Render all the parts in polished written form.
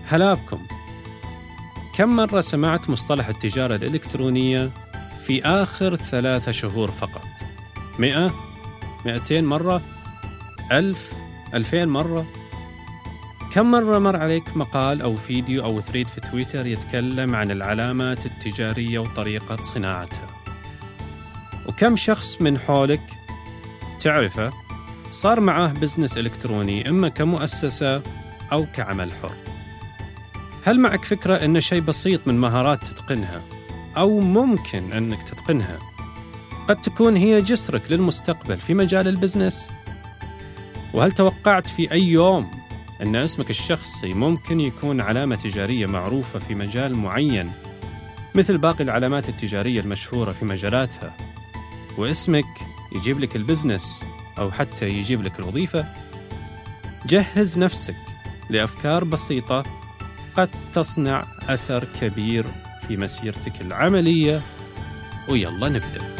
هلا بكم. كم مرة سمعت مصطلح التجارة الإلكترونية في آخر 3 شهور فقط؟ 100؟ 200 مرة؟ 1000؟ 2000 مرة؟ كم مرة مر عليك مقال أو فيديو أو ثريد في تويتر يتكلم عن العلامات التجارية وطريقة صناعتها؟ وكم شخص من حولك تعرفه صار معاه بزنس إلكتروني إما كمؤسسة أو كعمل حر؟ هل معك فكرة أن شيء بسيط من مهارات تتقنها أو ممكن أنك تتقنها قد تكون هي جسرك للمستقبل في مجال البزنس؟ وهل توقعت في أي يوم أن اسمك الشخصي ممكن يكون علامة تجارية معروفة في مجال معين مثل باقي العلامات التجارية المشهورة في مجالاتها، واسمك يجيب لك البزنس أو حتى يجيب لك الوظيفة؟ جهز نفسك لأفكار بسيطة قد تصنع أثر كبير في مسيرتك العملية، ويلا نبدأ.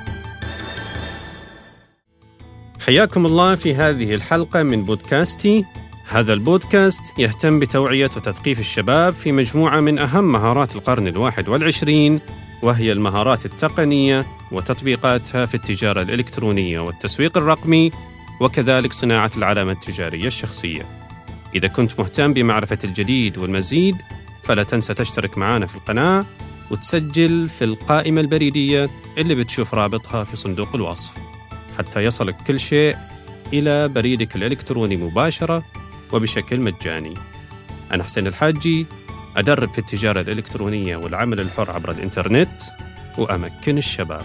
حياكم الله في هذه الحلقة من بودكاستي. هذا البودكاست يهتم بتوعية وتثقيف الشباب في مجموعة من أهم مهارات القرن 21، وهي المهارات التقنية وتطبيقاتها في التجارة الإلكترونية والتسويق الرقمي، وكذلك صناعة العلامة التجارية الشخصية. إذا كنت مهتم بمعرفة الجديد والمزيد فلا تنسى تشترك معنا في القناة وتسجل في القائمة البريدية اللي بتشوف رابطها في صندوق الوصف حتى يصلك كل شيء إلى بريدك الإلكتروني مباشرة وبشكل مجاني. أنا حسين الحاجي، أدرب في التجارة الإلكترونية والعمل الحر عبر الإنترنت وأمكن الشباب.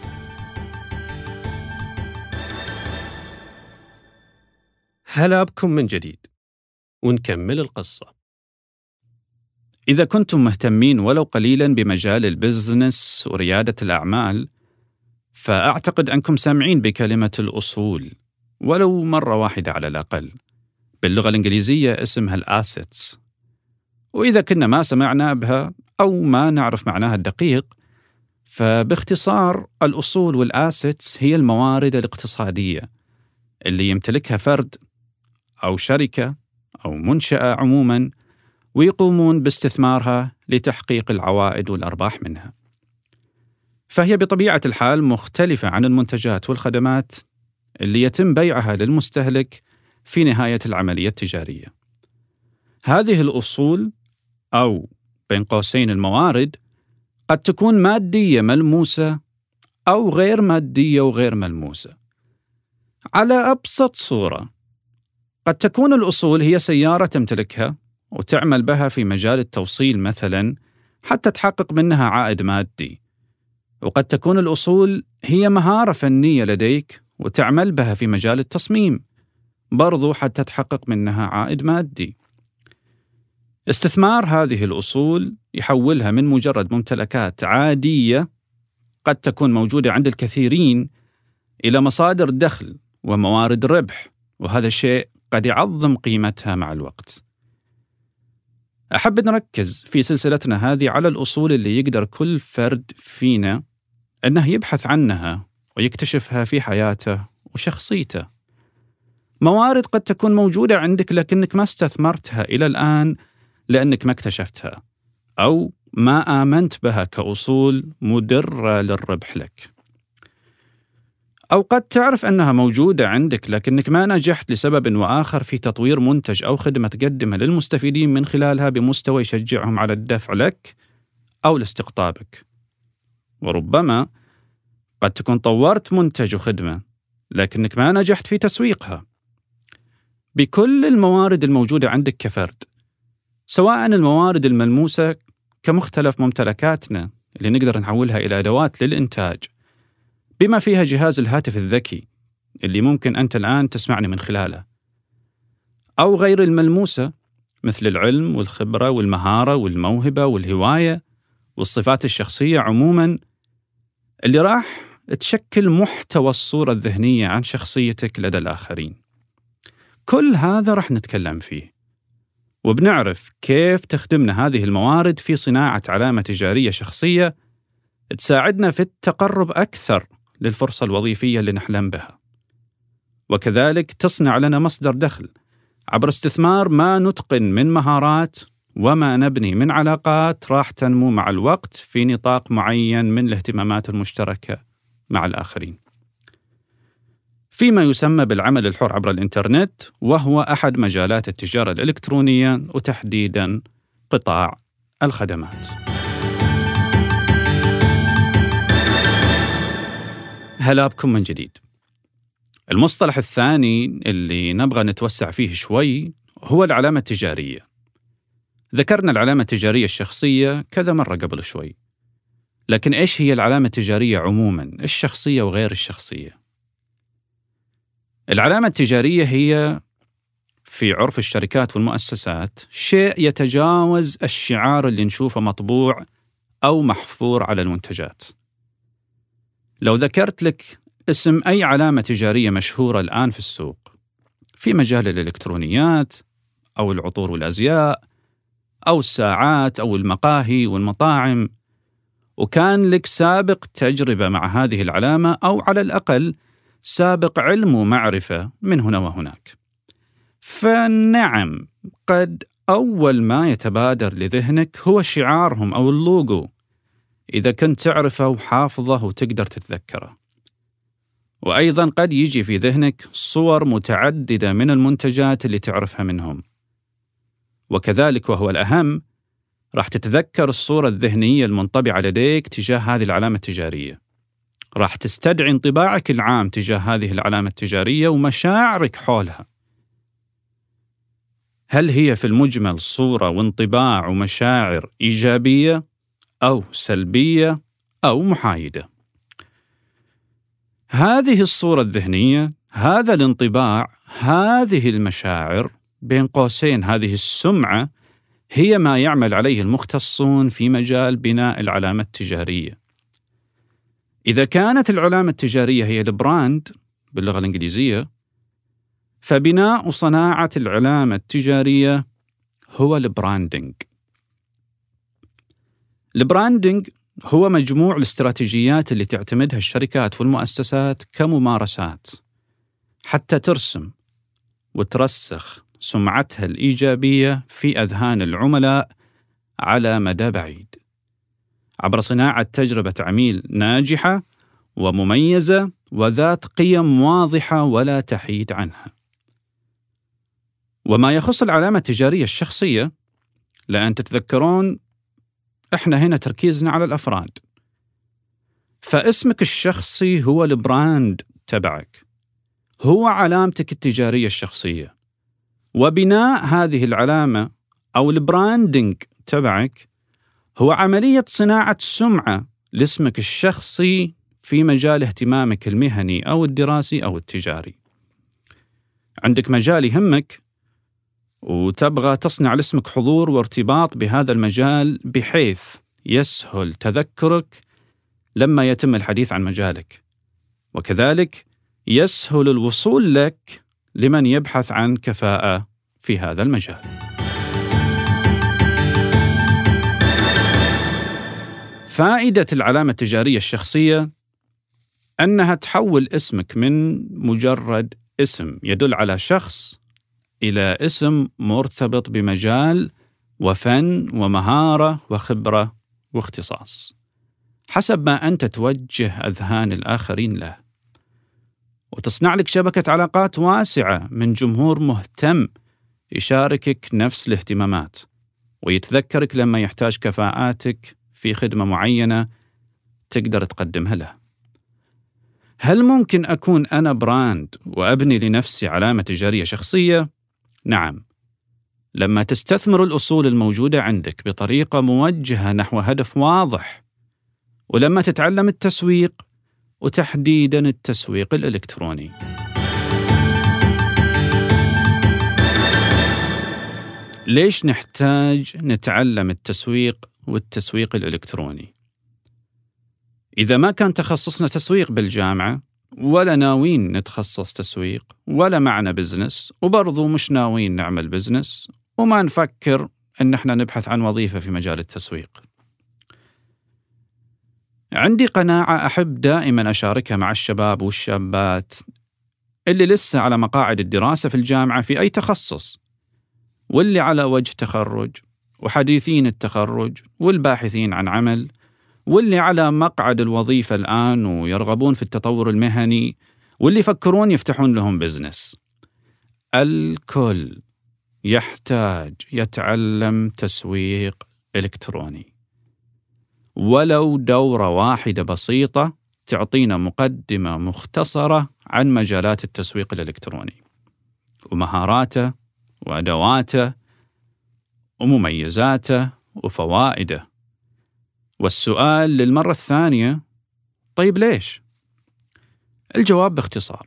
هلا بكم من جديد ونكمل القصة. إذا كنتم مهتمين ولو قليلاً بمجال البزنس وريادة الأعمال، فأعتقد أنكم سامعين بكلمة الأصول ولو مرة واحدة على الأقل. باللغة الإنجليزية اسمها الأسيتس، وإذا كنا ما سمعنا بها أو ما نعرف معناها الدقيق، فباختصار الأصول والأسيتس هي الموارد الاقتصادية اللي يمتلكها فرد أو شركة أو منشأة عموماً، ويقومون باستثمارها لتحقيق العوائد والأرباح منها. فهي بطبيعة الحال مختلفة عن المنتجات والخدمات اللي يتم بيعها للمستهلك في نهاية العملية التجارية. هذه الأصول أو بين قوسين الموارد قد تكون مادية ملموسة أو غير مادية وغير ملموسة. على أبسط صورة، قد تكون الأصول هي سيارة تمتلكها وتعمل بها في مجال التوصيل مثلاً حتى تحقق منها عائد مادي، وقد تكون الأصول هي مهارة فنية لديك وتعمل بها في مجال التصميم برضو حتى تحقق منها عائد مادي. استثمار هذه الأصول يحولها من مجرد ممتلكات عادية قد تكون موجودة عند الكثيرين إلى مصادر دخل وموارد ربح، وهذا الشيء قد يعظم قيمتها مع الوقت. أحب نركز في سلسلتنا هذه على الأصول اللي يقدر كل فرد فينا أنه يبحث عنها ويكتشفها في حياته وشخصيته. موارد قد تكون موجودة عندك لكنك ما استثمرتها إلى الآن لأنك ما اكتشفتها أو ما آمنت بها كأصول مدرة للربح لك، أو قد تعرف أنها موجودة عندك لكنك ما نجحت لسبب وآخر في تطوير منتج أو خدمة تقدمها للمستفيدين من خلالها بمستوى يشجعهم على الدفع لك أو لاستقطابك. وربما قد تكون طورت منتج وخدمة لكنك ما نجحت في تسويقها. بكل الموارد الموجودة عندك كفرد، سواء الموارد الملموسة كمختلف ممتلكاتنا اللي نقدر نحولها إلى أدوات للإنتاج بما فيها جهاز الهاتف الذكي اللي ممكن أنت الآن تسمعني من خلاله، أو غير الملموسة مثل العلم والخبرة والمهارة والموهبة والهواية والصفات الشخصية عموماً اللي راح تشكل محتوى الصورة الذهنية عن شخصيتك لدى الآخرين. كل هذا راح نتكلم فيه، وبنعرف كيف تخدمنا هذه الموارد في صناعة علامة تجارية شخصية تساعدنا في التقرب أكثر للفرصة الوظيفية اللي نحلم بها، وكذلك تصنع لنا مصدر دخل عبر استثمار ما نتقن من مهارات وما نبني من علاقات راح تنمو مع الوقت في نطاق معين من الاهتمامات المشتركة مع الآخرين. فيما يسمى بالعمل الحر عبر الإنترنت، وهو أحد مجالات التجارة الإلكترونية وتحديداً قطاع الخدمات. هلا بكم من جديد. المصطلح الثاني اللي نبغى نتوسع فيه شوي هو العلامة التجارية. ذكرنا العلامة التجارية الشخصية كذا مرة قبل شوي، لكن إيش هي العلامة التجارية عموماً، الشخصية وغير الشخصية؟ العلامة التجارية هي في عرف الشركات والمؤسسات شيء يتجاوز الشعار اللي نشوفه مطبوع أو محفور على المنتجات. لو ذكرت لك اسم أي علامة تجارية مشهورة الآن في السوق في مجال الإلكترونيات أو العطور والأزياء أو الساعات أو المقاهي والمطاعم، وكان لك سابق تجربة مع هذه العلامة أو على الأقل سابق علم ومعرفة من هنا وهناك، فنعم قد أول ما يتبادر لذهنك هو شعارهم أو اللوجو، إذا كنت تعرفه وحافظه وتقدر تتذكره. وأيضا قد يجي في ذهنك صور متعددة من المنتجات اللي تعرفها منهم، وكذلك وهو الأهم راح تتذكر الصورة الذهنية المنطبعة لديك تجاه هذه العلامة التجارية، راح تستدعي انطباعك العام تجاه هذه العلامة التجارية ومشاعرك حولها. هل هي في المجمل صورة وانطباع ومشاعر إيجابية أو سلبية أو محايدة؟ هذه الصورة الذهنية، هذا الانطباع، هذه المشاعر، بين قوسين هذه السمعة، هي ما يعمل عليه المختصون في مجال بناء العلامة التجارية. إذا كانت العلامة التجارية هي البراند باللغة الإنجليزية، فبناء وصناعة العلامة التجارية هو البراندنج. البراندنج هو مجموع الاستراتيجيات اللي تعتمدها الشركات والمؤسسات كممارسات حتى ترسم وترسخ سمعتها الإيجابية في أذهان العملاء على مدى بعيد، عبر صناعة تجربة عميل ناجحة ومميزة وذات قيم واضحة ولا تحيد عنها. وما يخص العلامة التجارية الشخصية، لأن تتذكرون إحنا هنا تركيزنا على الأفراد، فاسمك الشخصي هو البراند تبعك، هو علامتك التجارية الشخصية، وبناء هذه العلامة أو البراندنج تبعك هو عملية صناعة سمعة لاسمك الشخصي في مجال اهتمامك المهني أو الدراسي أو التجاري. عندك مجال يهمك وتبغى تصنع لاسمك حضور وارتباط بهذا المجال بحيث يسهل تذكرك لما يتم الحديث عن مجالك، وكذلك يسهل الوصول لك لمن يبحث عن كفاءة في هذا المجال. فائدة العلامة التجارية الشخصية أنها تحول اسمك من مجرد اسم يدل على شخص إلى اسم مرتبط بمجال وفن ومهارة وخبرة واختصاص حسب ما أنت توجه أذهان الآخرين له، وتصنع لك شبكة علاقات واسعة من جمهور مهتم يشاركك نفس الاهتمامات ويتذكرك لما يحتاج كفاءاتك في خدمة معينة تقدر تقدمها له. هل ممكن أكون أنا براند وأبني لنفسي علامة تجارية شخصية؟ نعم، لما تستثمر الأصول الموجودة عندك بطريقة موجهة نحو هدف واضح، ولما تتعلم التسويق وتحديداً التسويق الإلكتروني. ليش نحتاج نتعلم التسويق والتسويق الإلكتروني؟ إذا ما كان تخصصنا تسويق بالجامعة ولا ناويين نتخصص تسويق ولا معنا بزنس، وبرضو مش ناويين نعمل بزنس وما نفكر أن احنا نبحث عن وظيفة في مجال التسويق، عندي قناعة أحب دائما أشاركها مع الشباب والشابات اللي لسه على مقاعد الدراسة في الجامعة في أي تخصص، واللي على وجه تخرج، وحديثين التخرج والباحثين عن عمل واللي على مقعد الوظيفة الآن ويرغبون في التطور المهني واللي يفكرون يفتحون لهم بزنس. الكل يحتاج يتعلم تسويق إلكتروني، ولو دورة واحدة بسيطة تعطينا مقدمة مختصرة عن مجالات التسويق الإلكتروني ومهاراته وأدواته ومميزاته وفوائده. والسؤال للمرة الثانية: طيب ليش؟ الجواب باختصار: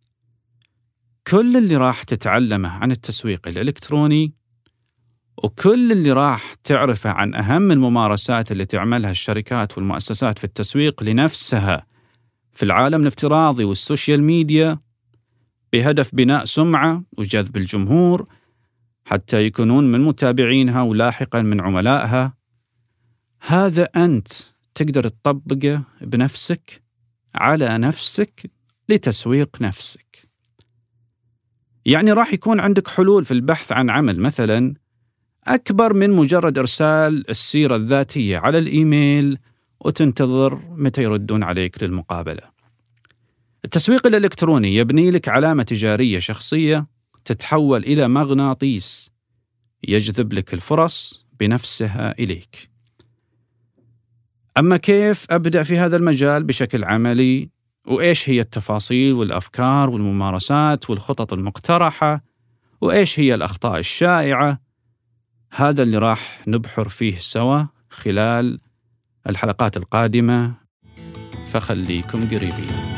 كل اللي راح تتعلمه عن التسويق الإلكتروني وكل اللي راح تعرفه عن أهم الممارسات اللي تعملها الشركات والمؤسسات في التسويق لنفسها في العالم الافتراضي والسوشيال ميديا بهدف بناء سمعة وجذب الجمهور حتى يكونون من متابعينها ولاحقا من عملائها، هذا أنت تقدر تطبقه بنفسك على نفسك لتسويق نفسك. يعني راح يكون عندك حلول في البحث عن عمل مثلا أكبر من مجرد إرسال السيرة الذاتية على الإيميل وتنتظر متى يردون عليك للمقابلة. التسويق الإلكتروني يبني لك علامة تجارية شخصية تتحول إلى مغناطيس يجذب لك الفرص بنفسها إليك. أما كيف أبدأ في هذا المجال بشكل عملي، وإيش هي التفاصيل والأفكار والممارسات والخطط المقترحة، وإيش هي الأخطاء الشائعة، هذا اللي راح نبحر فيه سوا خلال الحلقات القادمة، فخليكم قريبين.